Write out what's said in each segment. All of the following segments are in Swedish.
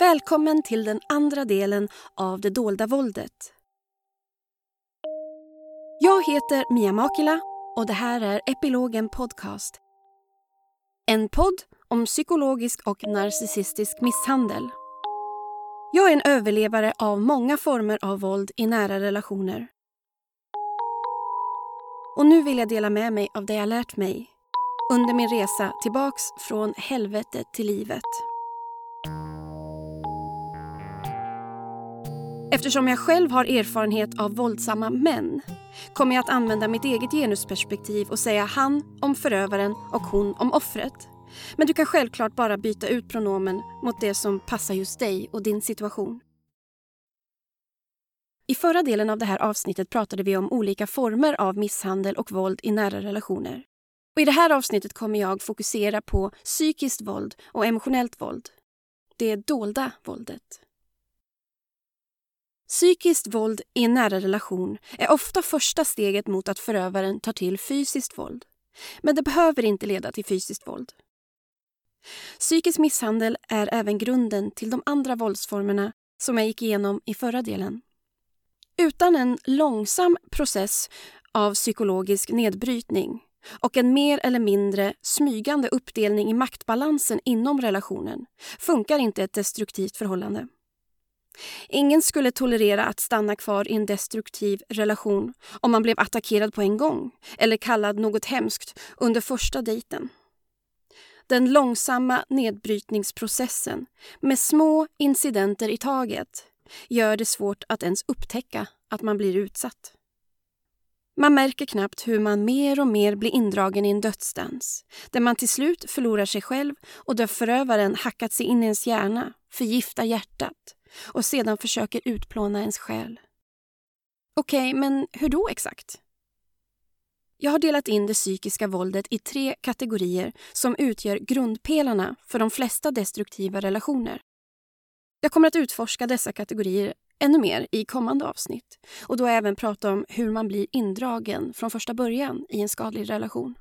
Välkommen till den andra delen av det dolda våldet. Jag heter Mia Makila och det här är Epilogen podcast. En podd om psykologisk och narcissistisk misshandel. Jag är en överlevare av många former av våld i nära relationer. Och nu vill jag dela med mig av det jag lärt mig under min resa tillbaks från helvetet till livet. Eftersom jag själv har erfarenhet av våldsamma män kommer jag att använda mitt eget genusperspektiv och säga han om förövaren och hon om offret. Men du kan självklart bara byta ut pronomen mot det som passar just dig och din situation. I förra delen av det här avsnittet pratade vi om olika former av misshandel och våld i nära relationer. Och i det här avsnittet kommer jag fokusera på psykiskt våld och emotionellt våld. Det dolda våldet. Psykiskt våld i en nära relation är ofta första steget mot att förövaren tar till fysiskt våld. Men det behöver inte leda till fysiskt våld. Psykisk misshandel är även grunden till de andra våldsformerna som jag gick igenom i förra delen. Utan en långsam process av psykologisk nedbrytning och en mer eller mindre smygande uppdelning i maktbalansen inom relationen funkar inte ett destruktivt förhållande. Ingen skulle tolerera att stanna kvar i en destruktiv relation om man blev attackerad på en gång eller kallad något hemskt under första dejten. Den långsamma nedbrytningsprocessen med små incidenter i taget gör det svårt att ens upptäcka att man blir utsatt. Man märker knappt hur man mer och mer blir indragen i en dödsdans där man till slut förlorar sig själv och där förövaren hackat sig in i ens hjärna, förgiftar hjärtat och sedan försöker utplåna ens själ. Okej, men hur då exakt? Jag har delat in det psykiska våldet i 3 kategorier som utgör grundpelarna för de flesta destruktiva relationer. Jag kommer att utforska dessa kategorier ännu mer i kommande avsnitt och då även prata om hur man blir indragen från första början i en skadlig relation.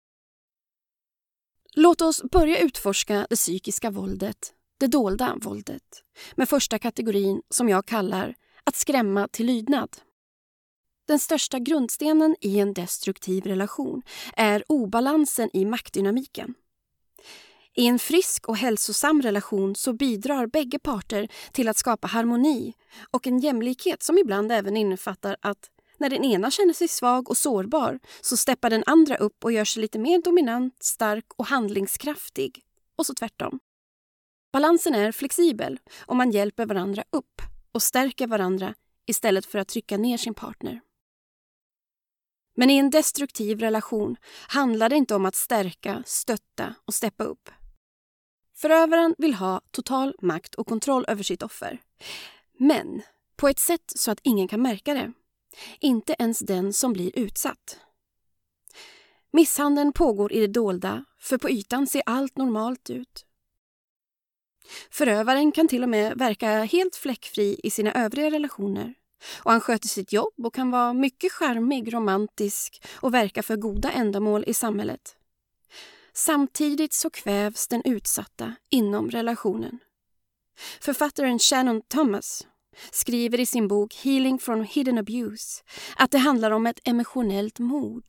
Låt oss börja utforska det psykiska våldet, det dolda våldet, med första kategorin som jag kallar att skrämma till lydnad. Den största grundstenen i en destruktiv relation är obalansen i maktdynamiken. I en frisk och hälsosam relation så bidrar bägge parter till att skapa harmoni och en jämlikhet som ibland även innefattar att när den ena känner sig svag och sårbar så steppar den andra upp och gör sig lite mer dominant, stark och handlingskraftig. Och så tvärtom. Balansen är flexibel och man hjälper varandra upp och stärker varandra istället för att trycka ner sin partner. Men i en destruktiv relation handlar det inte om att stärka, stötta och steppa upp. Förövaren vill ha total makt och kontroll över sitt offer. Men på ett sätt så att ingen kan märka det. Inte ens den som blir utsatt. Misshandeln pågår i det dolda, för på ytan ser allt normalt ut. Förövaren kan till och med verka helt fläckfri i sina övriga relationer. Och han sköter sitt jobb och kan vara mycket charmig, romantisk och verka för goda ändamål i samhället. Samtidigt så kvävs den utsatta inom relationen. Författaren Shannon Thomas skriver i sin bok Healing from Hidden Abuse att det handlar om ett emotionellt mord.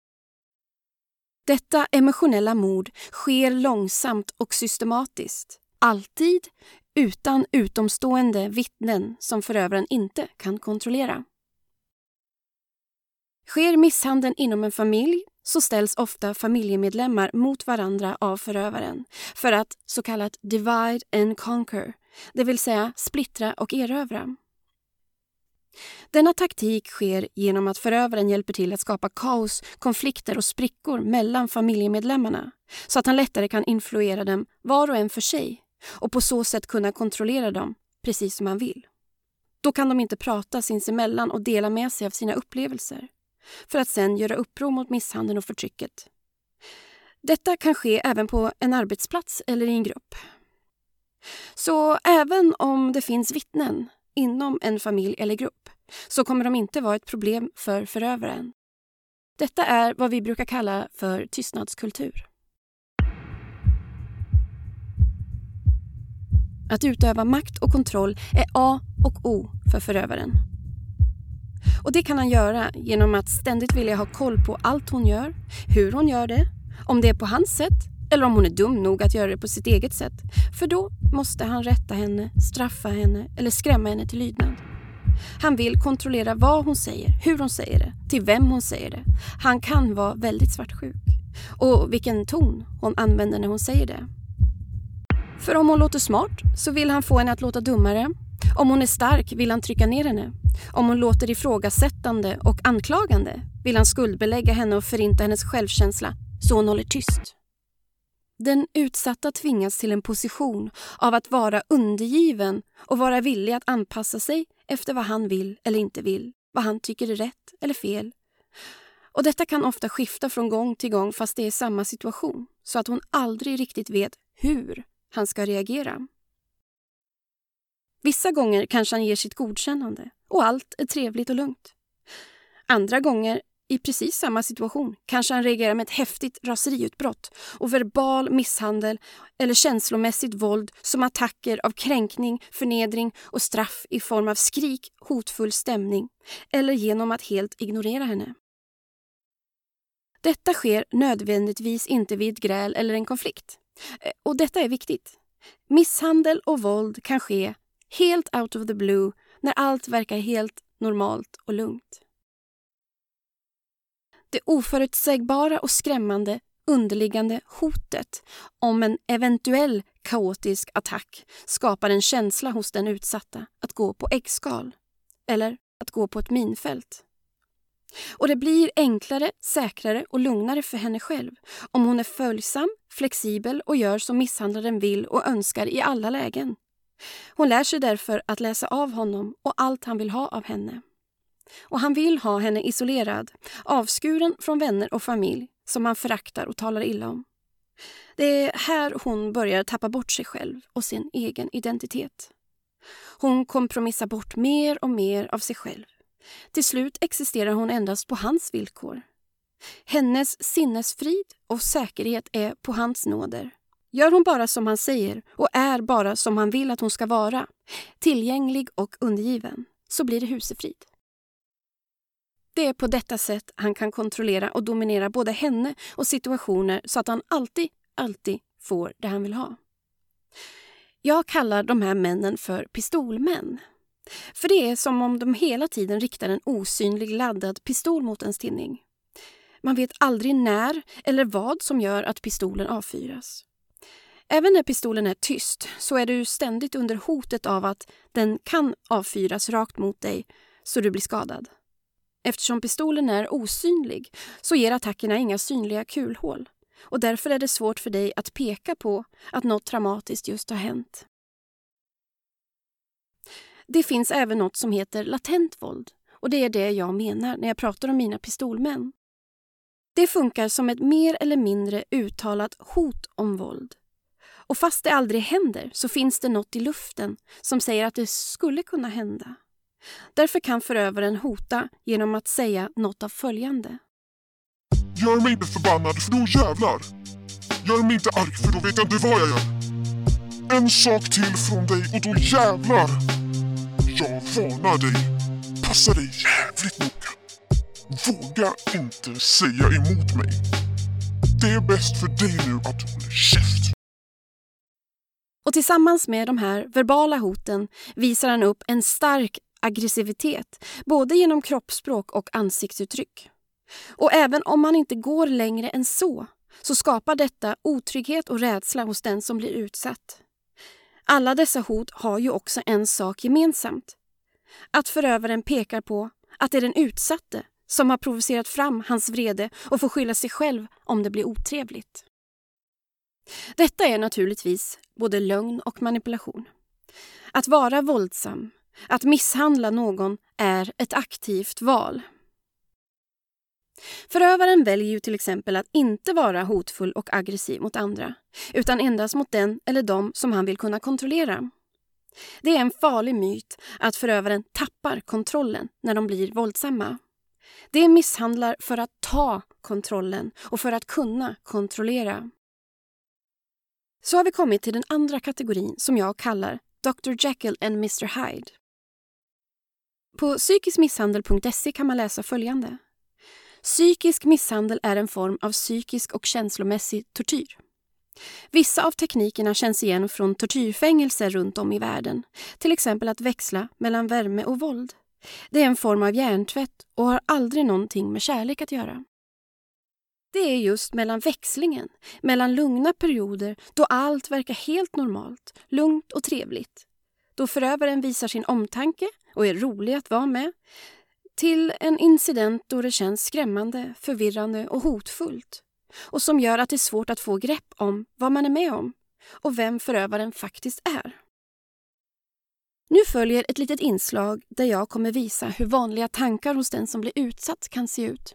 Detta emotionella mord sker långsamt och systematiskt. Alltid utan utomstående vittnen som förövaren inte kan kontrollera. Sker misshandeln inom en familj så ställs ofta familjemedlemmar mot varandra av förövaren för att så kallat divide and conquer, det vill säga splittra och erövra. Denna taktik sker genom att förövaren hjälper till att skapa kaos, konflikter och sprickor mellan familjemedlemmarna så att han lättare kan influera dem var och en för sig och på så sätt kunna kontrollera dem precis som han vill. Då kan de inte prata sinsemellan och dela med sig av sina upplevelser för att sedan göra uppror mot misshandeln och förtrycket. Detta kan ske även på en arbetsplats eller i en grupp. Så även om det finns vittnen inom en familj eller grupp så kommer de inte vara ett problem för förövaren. Detta är vad vi brukar kalla för tystnadskultur. Att utöva makt och kontroll är A och O för förövaren. Och det kan han göra genom att ständigt vilja ha koll på allt hon gör, hur hon gör det, om det är på hans sätt eller om hon är dum nog att göra det på sitt eget sätt. För då måste han rätta henne, straffa henne eller skrämma henne till lydnad. Han vill kontrollera vad hon säger, hur hon säger det, till vem hon säger det. Han kan vara väldigt svartsjuk. Och vilken ton hon använder när hon säger det. För om hon låter smart så vill han få henne att låta dummare. Om hon är stark vill han trycka ner henne. Om hon låter ifrågasättande och anklagande vill han skuldbelägga henne och förinta hennes självkänsla så hon håller tyst. Den utsatta tvingas till en position av att vara undergiven och vara villig att anpassa sig efter vad han vill eller inte vill, vad han tycker är rätt eller fel. Och detta kan ofta skifta från gång till gång fast det är samma situation, så att hon aldrig riktigt vet hur han ska reagera. Vissa gånger kanske han ger sitt godkännande och allt är trevligt och lugnt. Andra gånger, i precis samma situation, kanske han reagerar med ett häftigt raseriutbrott och verbal misshandel eller känslomässigt våld som attacker av kränkning, förnedring och straff i form av skrik, hotfull stämning eller genom att helt ignorera henne. Detta sker nödvändigtvis inte vid ett gräl eller en konflikt. Och detta är viktigt. Misshandel och våld kan ske helt out of the blue när allt verkar helt normalt och lugnt. Det oförutsägbara och skrämmande underliggande hotet om en eventuell kaotisk attack skapar en känsla hos den utsatta att gå på äggskal eller att gå på ett minfält. Och det blir enklare, säkrare och lugnare för henne själv om hon är följsam, flexibel och gör som misshandlaren vill och önskar i alla lägen. Hon lär sig därför att läsa av honom och allt han vill ha av henne. Och han vill ha henne isolerad, avskuren från vänner och familj som han föraktar och talar illa om. Det är här hon börjar tappa bort sig själv och sin egen identitet. Hon kompromissar bort mer och mer av sig själv. Till slut existerar hon endast på hans villkor. Hennes sinnesfrid och säkerhet är på hans nåder. Gör hon bara som han säger och är bara som han vill att hon ska vara, tillgänglig och undergiven, så blir det husefrid. Det är på detta sätt han kan kontrollera och dominera både henne och situationer så att han alltid får det han vill ha. Jag kallar de här männen för pistolmän. För det är som om de hela tiden riktar en osynlig laddad pistol mot ens tinning. Man vet aldrig när eller vad som gör att pistolen avfyras. Även när pistolen är tyst så är du ständigt under hotet av att den kan avfyras rakt mot dig så du blir skadad. Eftersom pistolen är osynlig så ger attackerna inga synliga kulhål och därför är det svårt för dig att peka på att något traumatiskt just har hänt. Det finns även något som heter latent våld och det är det jag menar när jag pratar om mina pistolmän. Det funkar som ett mer eller mindre uttalat hot om våld. Och fast det aldrig händer så finns det något i luften som säger att det skulle kunna hända. Därför kan förövaren hota genom att säga något av följande. Gör mig inte förbannad för då jävlar. Gör mig inte arg för då vet jag inte vad jag gör. En sak till från dig och då jävlar. Jag varnar dig. Passa dig jävligt noga. Våga inte säga emot mig. Det är bäst för dig nu att du håller käft. Och tillsammans med de här verbala hoten visar han upp en stark aggressivitet, både genom kroppsspråk och ansiktsuttryck. Och även om man inte går längre än så skapar detta otrygghet och rädsla hos den som blir utsatt. Alla dessa hot har ju också en sak gemensamt. Att förövaren pekar på att det är den utsatte som har provocerat fram hans vrede och får skylla sig själv om det blir otrevligt. Detta är naturligtvis både lögn och manipulation. Att vara våldsam, att misshandla någon är ett aktivt val. Förövaren väljer ju till exempel att inte vara hotfull och aggressiv mot andra, utan endast mot den eller dem som han vill kunna kontrollera. Det är en farlig myt att förövaren tappar kontrollen när de blir våldsamma. Det misshandlar för att ta kontrollen och för att kunna kontrollera. Så har vi kommit till den andra kategorin som jag kallar Dr. Jekyll and Mr. Hyde. På psykiskmisshandel.se kan man läsa följande. Psykisk misshandel är en form av psykisk och känslomässig tortyr. Vissa av teknikerna känns igen från tortyrfängelser runt om i världen, till exempel att växla mellan värme och våld. Det är en form av hjärntvätt och har aldrig någonting med kärlek att göra. Det är just mellan växlingen, mellan lugna perioder då allt verkar helt normalt, lugnt och trevligt, då förövaren visar sin omtanke och är rolig att vara med, till en incident då det känns skrämmande, förvirrande och hotfullt och som gör att det är svårt att få grepp om vad man är med om och vem förövaren faktiskt är. Nu följer ett litet inslag där jag kommer visa hur vanliga tankar hos den som blir utsatt kan se ut.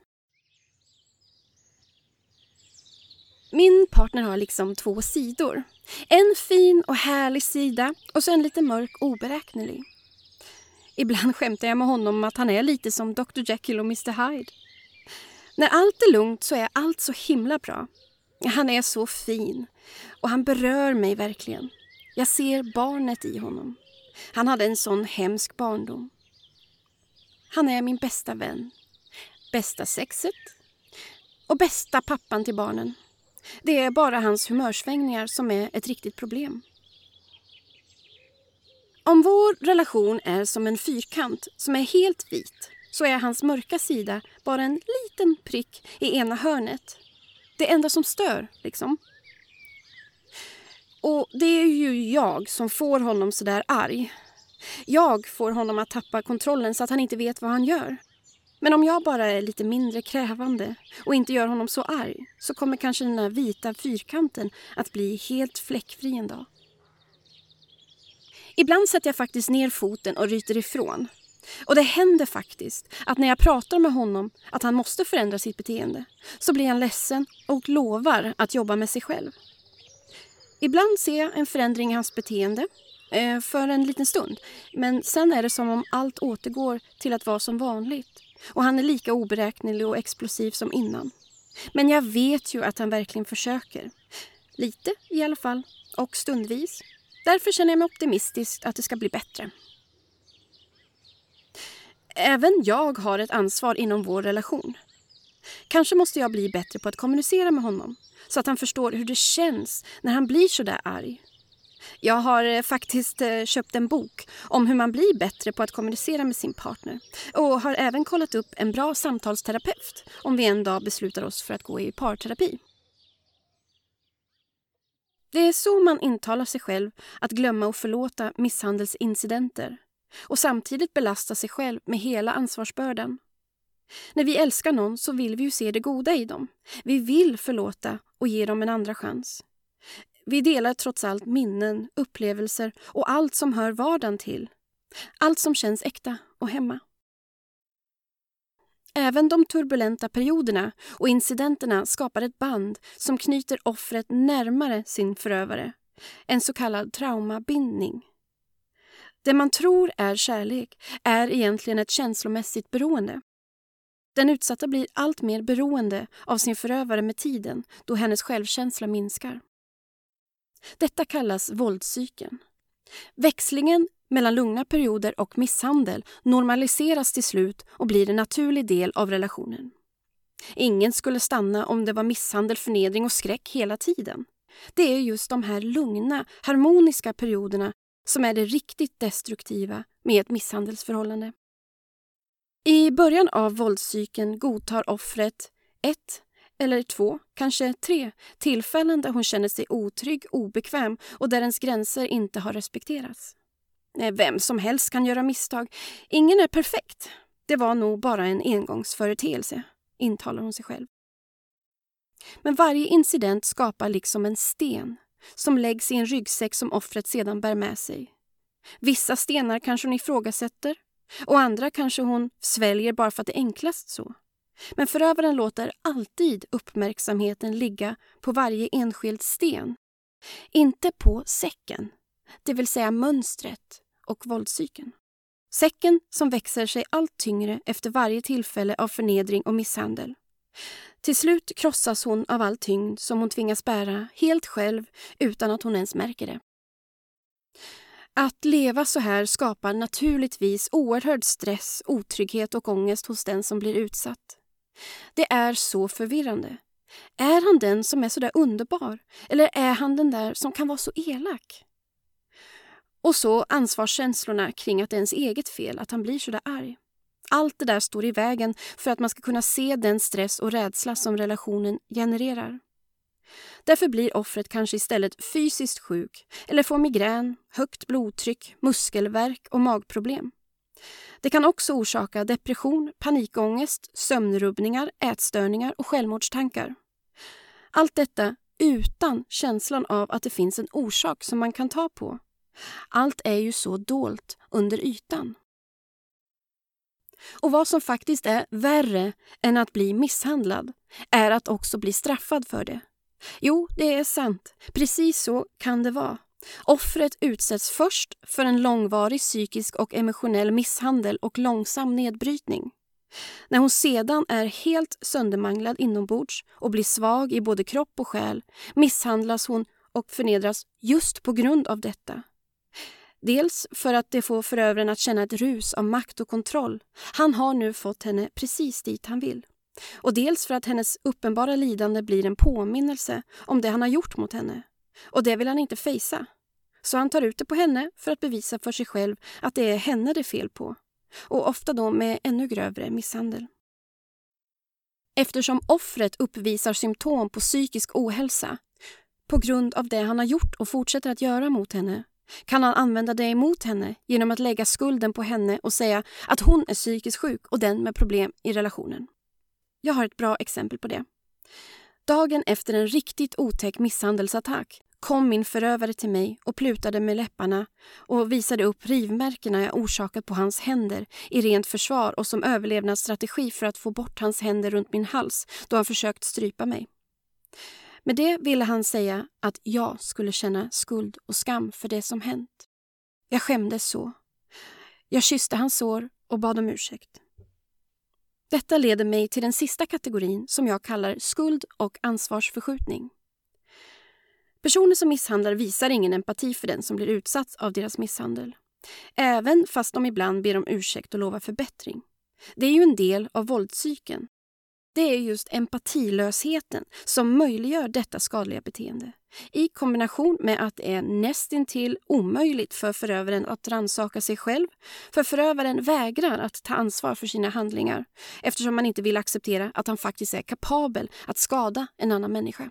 Min partner har liksom två sidor. En fin och härlig sida och så en lite mörk och oberäknelig. Ibland skämtar jag med honom om att han är lite som Dr. Jekyll och Mr. Hyde. När allt är lugnt så är allt så himla bra. Han är så fin och han berör mig verkligen. Jag ser barnet i honom. Han hade en sån hemsk barndom. Han är min bästa vän, bästa sexet och bästa pappan till barnen. Det är bara hans humörsvängningar som är ett riktigt problem. Om vår relation är som en fyrkant som är helt vit så är hans mörka sida bara en liten prick i ena hörnet. Det enda som stör, liksom. Och det är ju jag som får honom så där arg. Jag får honom att tappa kontrollen så att han inte vet vad han gör. Men om jag bara är lite mindre krävande och inte gör honom så arg så kommer kanske den här vita fyrkanten att bli helt fläckfri en dag. Ibland sätter jag faktiskt ner foten och ryter ifrån. Och det händer faktiskt att när jag pratar med honom att han måste förändra sitt beteende så blir han ledsen och lovar att jobba med sig själv. Ibland ser jag en förändring i hans beteende för en liten stund, men sen är det som om allt återgår till att vara som vanligt och han är lika oberäknelig och explosiv som innan. Men jag vet ju att han verkligen försöker. Lite i alla fall, och stundvis. Därför känner jag mig optimistisk att det ska bli bättre. Även jag har ett ansvar inom vår relation. Kanske måste jag bli bättre på att kommunicera med honom så att han förstår hur det känns när han blir så där arg. Jag har faktiskt köpt en bok om hur man blir bättre på att kommunicera med sin partner och har även kollat upp en bra samtalsterapeut om vi en dag beslutar oss för att gå i parterapi. Det är så man intalar sig själv att glömma och förlåta misshandelsincidenter och samtidigt belasta sig själv med hela ansvarsbördan. När vi älskar någon så vill vi ju se det goda i dem. Vi vill förlåta och ge dem en andra chans. Vi delar trots allt minnen, upplevelser och allt som hör vardagen till. Allt som känns äkta och hemma. Även de turbulenta perioderna och incidenterna skapar ett band som knyter offret närmare sin förövare. En så kallad traumabindning. Det man tror är kärlek är egentligen ett känslomässigt beroende. Den utsatta blir allt mer beroende av sin förövare med tiden då hennes självkänsla minskar. Detta kallas våldscykeln. Växlingen mellan lugna perioder och misshandel normaliseras till slut och blir en naturlig del av relationen. Ingen skulle stanna om det var misshandel, förnedring och skräck hela tiden. Det är just de här lugna, harmoniska perioderna som är det riktigt destruktiva med ett misshandelsförhållande. I början av våldscykeln godtar offret 1 eller 2, kanske 3 tillfällen där hon känner sig otrygg, obekväm och där ens gränser inte har respekterats. Vem som helst kan göra misstag. Ingen är perfekt. Det var nog bara en engångsföreteelse, intalar hon sig själv. Men varje incident skapar liksom en sten som läggs i en ryggsäck som offret sedan bär med sig. Vissa stenar kanske hon ifrågasätter och andra kanske hon sväljer bara för att det är enklast så. Men förövaren låter alltid uppmärksamheten ligga på varje enskild sten. Inte på säcken, det vill säga mönstret och våldscykeln. Säcken som växer sig allt tyngre efter varje tillfälle av förnedring och misshandel. Till slut krossas hon av all tyngd som hon tvingas bära helt själv utan att hon ens märker det. Att leva så här skapar naturligtvis oerhörd stress, otrygghet och ångest hos den som blir utsatt. Det är så förvirrande. Är han den som är så där underbar? Eller är han den där som kan vara så elak? Och så ansvarskänslorna kring att det är ens eget fel att han blir så där arg. Allt det där står i vägen för att man ska kunna se den stress och rädsla som relationen genererar. Därför blir offret kanske istället fysiskt sjuk eller får migrän, högt blodtryck, muskelvärk och magproblem. Det kan också orsaka depression, panikångest, sömnrubbningar, ätstörningar och självmordstankar. Allt detta utan känslan av att det finns en orsak som man kan ta på. Allt är ju så dolt under ytan. Och vad som faktiskt är värre än att bli misshandlad är att också bli straffad för det. Jo, det är sant. Precis så kan det vara. Offret utsätts först för en långvarig psykisk och emotionell misshandel och långsam nedbrytning. När hon sedan är helt söndermanglad inombords och blir svag i både kropp och själ misshandlas hon och förnedras just på grund av detta. Dels för att det får förövaren att känna ett rus av makt och kontroll. Han har nu fått henne precis dit han vill. Och dels för att hennes uppenbara lidande blir en påminnelse om det han har gjort mot henne. Och det vill han inte fejsa. Så han tar ut det på henne för att bevisa för sig själv att det är henne det är fel på. Och ofta då med ännu grövre misshandel. Eftersom offret uppvisar symptom på psykisk ohälsa på grund av det han har gjort och fortsätter att göra mot henne kan han använda det emot henne genom att lägga skulden på henne och säga att hon är psykiskt sjuk och den med problem i relationen. Jag har ett bra exempel på det. Dagen efter en riktigt otäck misshandelsattack kom min förövare till mig och plutade med läpparna och visade upp rivmärkena jag orsakat på hans händer i rent försvar och som överlevnadsstrategi för att få bort hans händer runt min hals då han försökt strypa mig. Med det ville han säga att jag skulle känna skuld och skam för det som hänt. Jag skämdes så. Jag kysste hans sår och bad om ursäkt. Detta leder mig till den sista kategorin som jag kallar skuld- och ansvarsförskjutning. Personer som misshandlar visar ingen empati för den som blir utsatt av deras misshandel. Även fast de ibland ber om ursäkt och lovar förbättring. Det är ju en del av våldscykeln. Det är just empatilösheten som möjliggör detta skadliga beteende. I kombination med att det är nästintill omöjligt för förövaren att rannsaka sig själv. För förövaren vägrar att ta ansvar för sina handlingar eftersom man inte vill acceptera att han faktiskt är kapabel att skada en annan människa.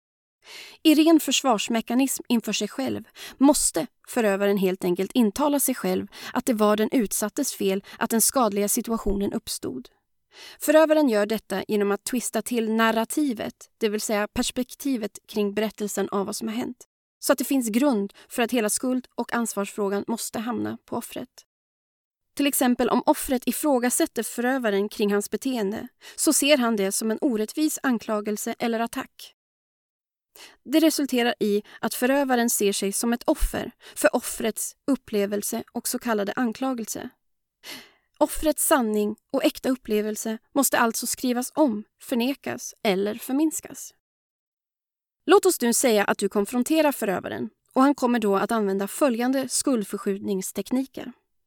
I ren försvarsmekanism inför sig själv måste förövaren helt enkelt intala sig själv att det var den utsattes fel att den skadliga situationen uppstod. Förövaren gör detta genom att twista till narrativet, det vill säga perspektivet kring berättelsen av vad som har hänt. Så att det finns grund för att hela skuld- och ansvarsfrågan måste hamna på offret. Till exempel om offret ifrågasätter förövaren kring hans beteende så ser han det som en orättvis anklagelse eller attack. Det resulterar i att förövaren ser sig som ett offer för offrets upplevelse och så kallade anklagelse. Offrets sanning och äkta upplevelse måste alltså skrivas om, förnekas eller förminskas. Låt oss nu säga att du konfronterar förövaren och han kommer då att använda följande skuldförskjutningstekniker.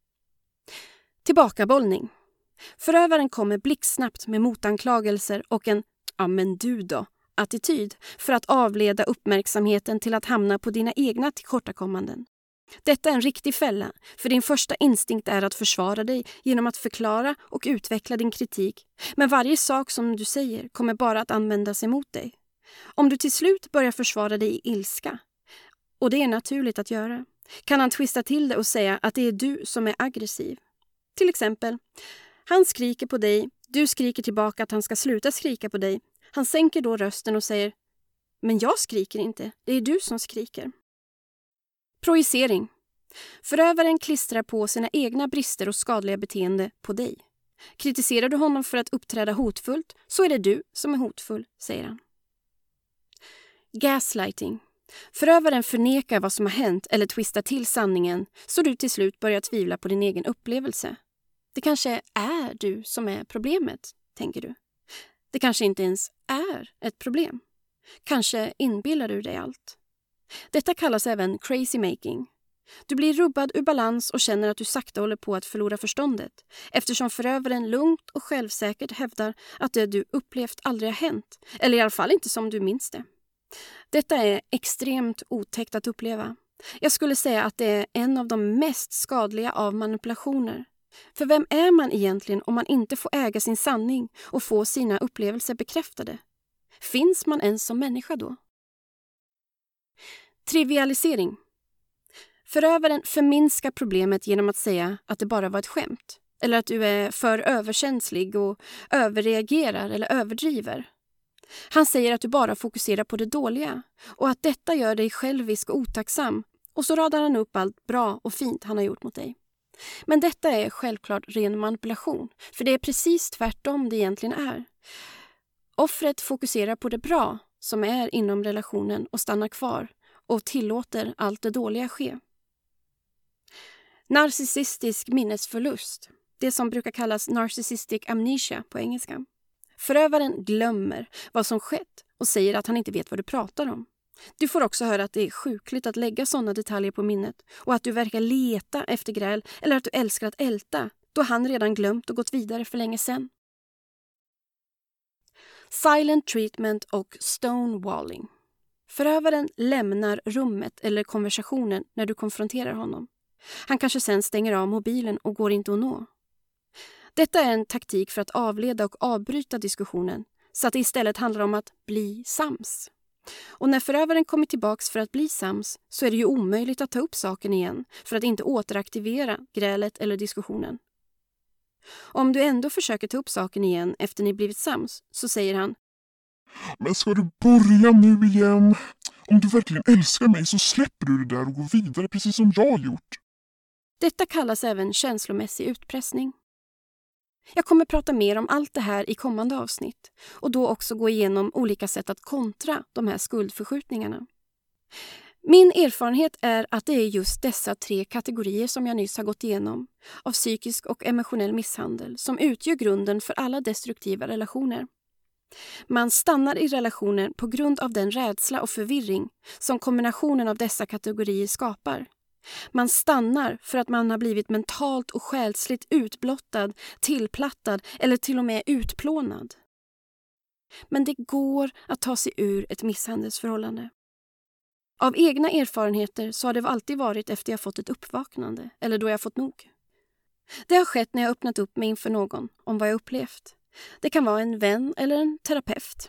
Tillbakabollning. Förövaren kommer blixtsnabbt med motanklagelser och en "ja men du då" attityd för att avleda uppmärksamheten till att hamna på dina egna tillkortakommanden. Detta är en riktig fälla, för din första instinkt är att försvara dig genom att förklara och utveckla din kritik. Men varje sak som du säger kommer bara att användas emot dig. Om du till slut börjar försvara dig i ilska, och det är naturligt att göra, kan han twista till det och säga att det är du som är aggressiv. Till exempel, han skriker på dig, du skriker tillbaka att han ska sluta skrika på dig. Han sänker då rösten och säger, men jag skriker inte, det är du som skriker. Projicering. Förövaren klistrar på sina egna brister och skadliga beteende på dig. Kritiserar du honom för att uppträda hotfullt så är det du som är hotfull, säger han. Gaslighting. Förövaren förnekar vad som har hänt eller twistar till sanningen så du till slut börjar tvivla på din egen upplevelse. Det kanske är du som är problemet, tänker du. Det kanske inte ens är ett problem. Kanske inbillar du dig allt. Detta kallas även crazy making. Du blir rubbad ur balans och känner att du sakta håller på att förlora förståndet eftersom förövaren lugnt och självsäkert hävdar att det du upplevt aldrig har hänt, eller i alla fall inte som du minns det. Detta är extremt otäckt att uppleva. Jag skulle säga att det är en av de mest skadliga av manipulationer. För vem är man egentligen om man inte får äga sin sanning och få sina upplevelser bekräftade? Finns man ens som människa då? Trivialisering. Förövaren förminskar problemet genom att säga att det bara var ett skämt. Eller att du är för överkänslig och överreagerar eller överdriver. Han säger att du bara fokuserar på det dåliga och att detta gör dig självisk och otacksam. Och så radar han upp allt bra och fint han har gjort mot dig. Men detta är självklart ren manipulation, för det är precis tvärtom det egentligen är. Offret fokuserar på det bra som är inom relationen och stannar kvar och tillåter allt det dåliga ske. Narcissistisk minnesförlust, det som brukar kallas narcissistic amnesia på engelska. Förövaren glömmer vad som skett och säger att han inte vet vad du pratar om. Du får också höra att det är sjukligt att lägga sådana detaljer på minnet och att du verkar leta efter gräl eller att du älskar att älta då han redan glömt och gått vidare för länge sedan. Silent treatment och stonewalling. Förövaren lämnar rummet eller konversationen när du konfronterar honom. Han kanske sen stänger av mobilen och går inte att nå. Detta är en taktik för att avleda och avbryta diskussionen så att det istället handlar om att bli sams. Och när förövaren kommer tillbaks för att bli sams så är det ju omöjligt att ta upp saken igen för att inte återaktivera grälet eller diskussionen. Om du ändå försöker ta upp saken igen efter ni blivit sams så säger han: Men ska du börja nu igen? Om du verkligen älskar mig så släpper du det där och går vidare precis som jag gjort. Detta kallas även känslomässig utpressning. Jag kommer prata mer om allt det här i kommande avsnitt och då också gå igenom olika sätt att kontra de här skuldförskjutningarna. Min erfarenhet är att det är just dessa 3 kategorier som jag nyss har gått igenom av psykisk och emotionell misshandel som utgör grunden för alla destruktiva relationer. Man stannar i relationer på grund av den rädsla och förvirring som kombinationen av dessa kategorier skapar. Man stannar för att man har blivit mentalt och själsligt utblottad, tillplattad eller till och med utplånad. Men det går att ta sig ur ett misshandelsförhållande. Av egna erfarenheter så har det alltid varit efter jag fått ett uppvaknande eller då jag fått nog. Det har skett när jag öppnat upp mig inför någon om vad jag upplevt. Det kan vara en vän eller en terapeut.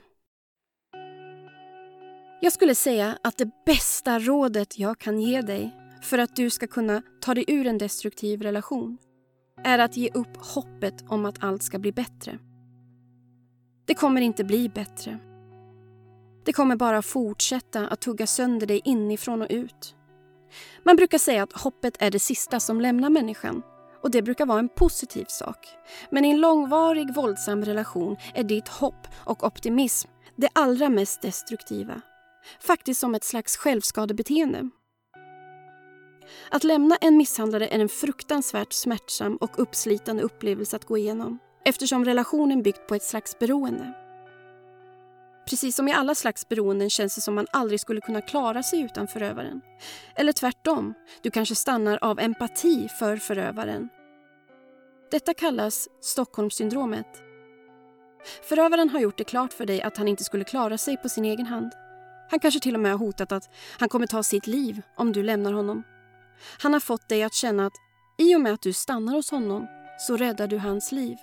Jag skulle säga att det bästa rådet jag kan ge dig för att du ska kunna ta dig ur en destruktiv relation är att ge upp hoppet om att allt ska bli bättre. Det kommer inte bli bättre. Det kommer bara fortsätta att tugga sönder dig inifrån och ut. Man brukar säga att hoppet är det sista som lämnar människan och det brukar vara en positiv sak. Men i en långvarig våldsam relation är ditt hopp och optimism det allra mest destruktiva. Faktiskt som ett slags självskadebeteende. Att lämna en misshandlare är en fruktansvärt smärtsam och uppslitande upplevelse att gå igenom eftersom relationen byggt på ett slags beroende. Precis som i alla slags beroenden känns det som man aldrig skulle kunna klara sig utan förövaren. Eller tvärtom, du kanske stannar av empati för förövaren. Detta kallas Stockholmssyndromet. Förövaren har gjort det klart för dig att han inte skulle klara sig på sin egen hand. Han kanske till och med har hotat att han kommer ta sitt liv om du lämnar honom. Han har fått dig att känna att i och med att du stannar hos honom så räddar du hans liv.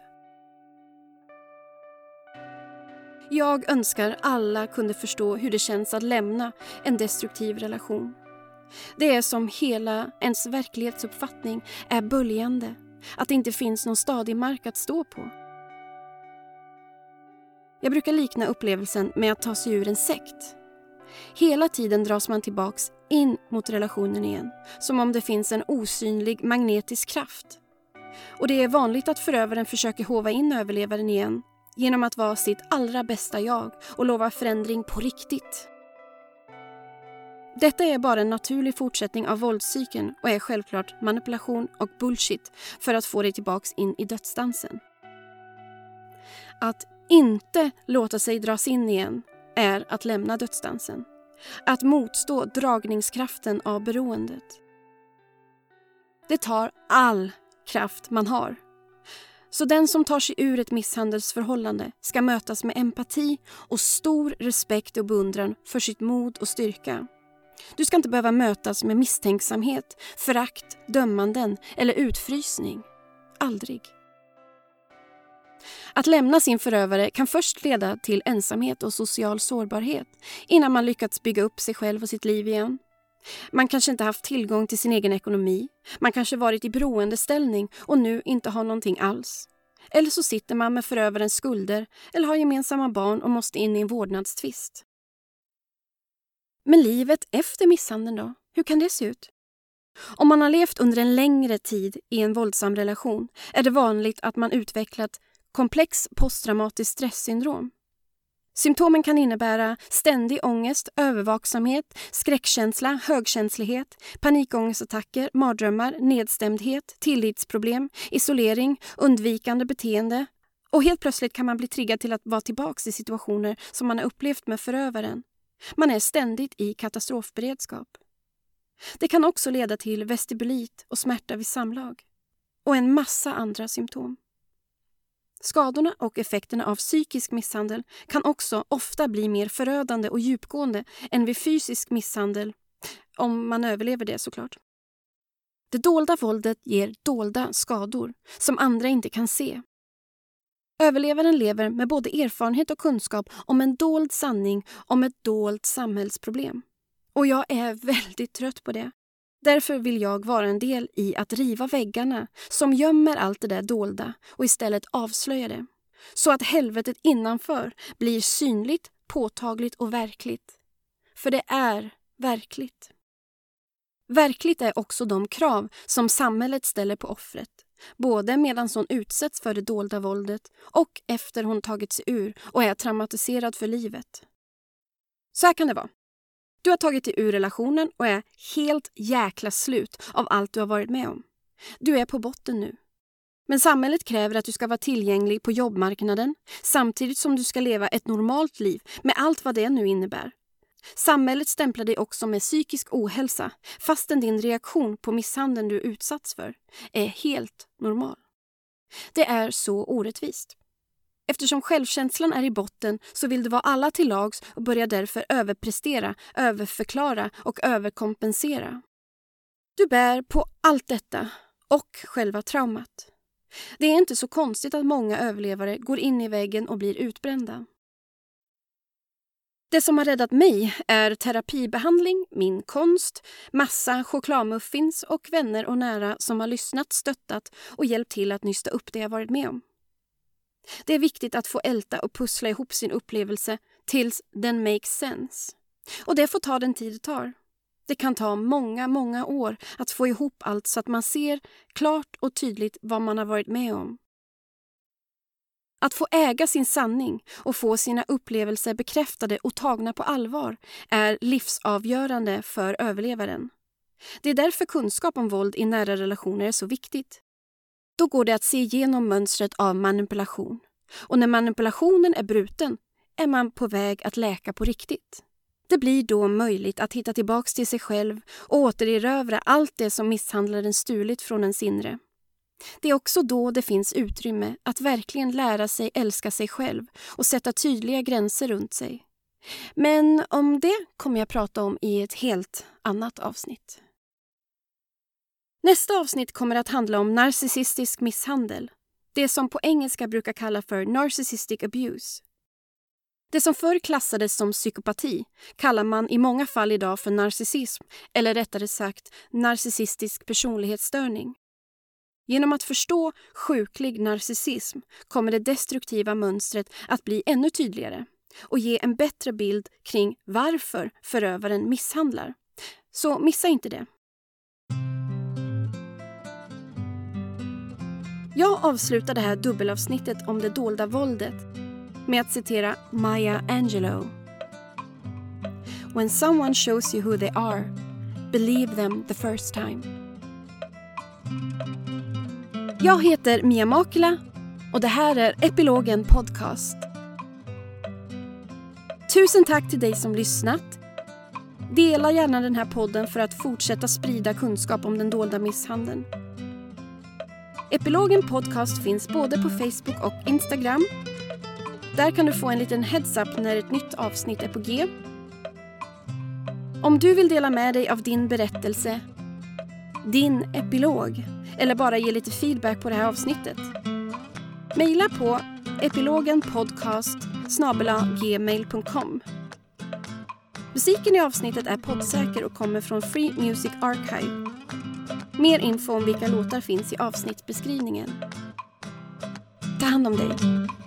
Jag önskar alla kunde förstå hur det känns att lämna en destruktiv relation. Det är som hela ens verklighetsuppfattning är böljande, att det inte finns någon stadig mark att stå på. Jag brukar likna upplevelsen med att ta sig ur en sekt. Hela tiden dras man tillbaks in mot relationen igen, som om det finns en osynlig magnetisk kraft. Och det är vanligt att förövaren försöker hova in överlevaren igen genom att vara sitt allra bästa jag och lova förändring på riktigt. Detta är bara en naturlig fortsättning av våldscykeln och är självklart manipulation och bullshit för att få dig tillbaks in i dödsdansen. Att inte låta sig dras in igen är att lämna dödsdansen. Att motstå dragningskraften av beroendet. Det tar all kraft man har. Så den som tar sig ur ett misshandelsförhållande ska mötas med empati och stor respekt och beundran för sitt mod och styrka. Du ska inte behöva mötas med misstänksamhet, förakt, dömanden eller utfrysning. Aldrig. Att lämna sin förövare kan först leda till ensamhet och social sårbarhet innan man lyckats bygga upp sig själv och sitt liv igen. Man kanske inte haft tillgång till sin egen ekonomi. Man kanske varit i beroendeställning och nu inte har någonting alls. Eller så sitter man med förövarens skulder eller har gemensamma barn och måste in i en vårdnadstvist. Men livet efter misshandeln då? Hur kan det se ut? Om man har levt under en längre tid i en våldsam relation är det vanligt att man utvecklat komplex posttraumatiskt stresssyndrom. Symptomen kan innebära ständig ångest, övervaksamhet, skräckkänsla, högkänslighet, panikångestattacker, mardrömmar, nedstämdhet, tillitsproblem, isolering, undvikande beteende. Och helt plötsligt kan man bli triggad till att vara tillbaka i situationer som man har upplevt med förövaren. Man är ständigt i katastrofberedskap. Det kan också leda till vestibulit och smärta vid samlag. Och en massa andra symptom. Skadorna och effekterna av psykisk misshandel kan också ofta bli mer förödande och djupgående än vid fysisk misshandel, om man överlever det såklart. Det dolda våldet ger dolda skador som andra inte kan se. Överlevaren lever med både erfarenhet och kunskap om en dold sanning om ett dolt samhällsproblem. Och jag är väldigt trött på det. Därför vill jag vara en del i att riva väggarna som gömmer allt det där dolda och istället avslöja det. Så att helvetet innanför blir synligt, påtagligt och verkligt. För det är verkligt. Verkligt är också de krav som samhället ställer på offret. Både medan hon utsätts för det dolda våldet och efter hon tagit sig ur och är traumatiserad för livet. Så här kan det vara. Du har tagit dig ur relationen och är helt jäkla slut av allt du har varit med om. Du är på botten nu. Men samhället kräver att du ska vara tillgänglig på jobbmarknaden samtidigt som du ska leva ett normalt liv med allt vad det nu innebär. Samhället stämplar dig också med psykisk ohälsa fastän din reaktion på misshandeln du utsatts för är helt normal. Det är så orättvist. Eftersom självkänslan är i botten så vill du vara alla till lags och börjar därför överprestera, överförklara och överkompensera. Du bär på allt detta och själva traumat. Det är inte så konstigt att många överlevare går in i väggen och blir utbrända. Det som har räddat mig är terapibehandling, min konst, massa chokladmuffins och vänner och nära som har lyssnat, stöttat och hjälpt till att nysta upp det jag varit med om. Det är viktigt att få älta och pussla ihop sin upplevelse tills den makes sense. Och det får ta den tid det tar. Det kan ta många, många år att få ihop allt så att man ser klart och tydligt vad man har varit med om. Att få äga sin sanning och få sina upplevelser bekräftade och tagna på allvar är livsavgörande för överlevaren. Det är därför kunskap om våld i nära relationer är så viktigt. Då går det att se igenom mönstret av manipulation. Och när manipulationen är bruten är man på väg att läka på riktigt. Det blir då möjligt att hitta tillbaka till sig själv och återerövra allt det som misshandlaren stulit från ens inre. Det är också då det finns utrymme att verkligen lära sig älska sig själv och sätta tydliga gränser runt sig. Men om det kommer jag prata om i ett helt annat avsnitt. Nästa avsnitt kommer att handla om narcissistisk misshandel. Det som på engelska brukar kalla för narcissistic abuse. Det som förr klassades som psykopati kallar man i många fall idag för narcissism eller rättare sagt narcissistisk personlighetsstörning. Genom att förstå sjuklig narcissism kommer det destruktiva mönstret att bli ännu tydligare och ge en bättre bild kring varför förövaren misshandlar. Så missa inte det. Jag avslutar det här dubbelavsnittet om det dolda våldet med att citera Maya Angelou. When someone shows you who they are, believe them the first time. Jag heter Mia Makela och det här är Epilogen Podcast. Tusen tack till dig som lyssnat. Dela gärna den här podden för att fortsätta sprida kunskap om den dolda misshandeln. Epilogen podcast finns både på Facebook och Instagram. Där kan du få en liten heads-up när ett nytt avsnitt är på G. Om du vill dela med dig av din berättelse, din epilog, eller bara ge lite feedback på det här avsnittet, mejla på epilogenpodcast@gmail.com. Musiken i avsnittet är poddsäker och kommer från Free Music Archive. Mer info om vilka låtar finns i avsnittbeskrivningen. Ta hand om dig.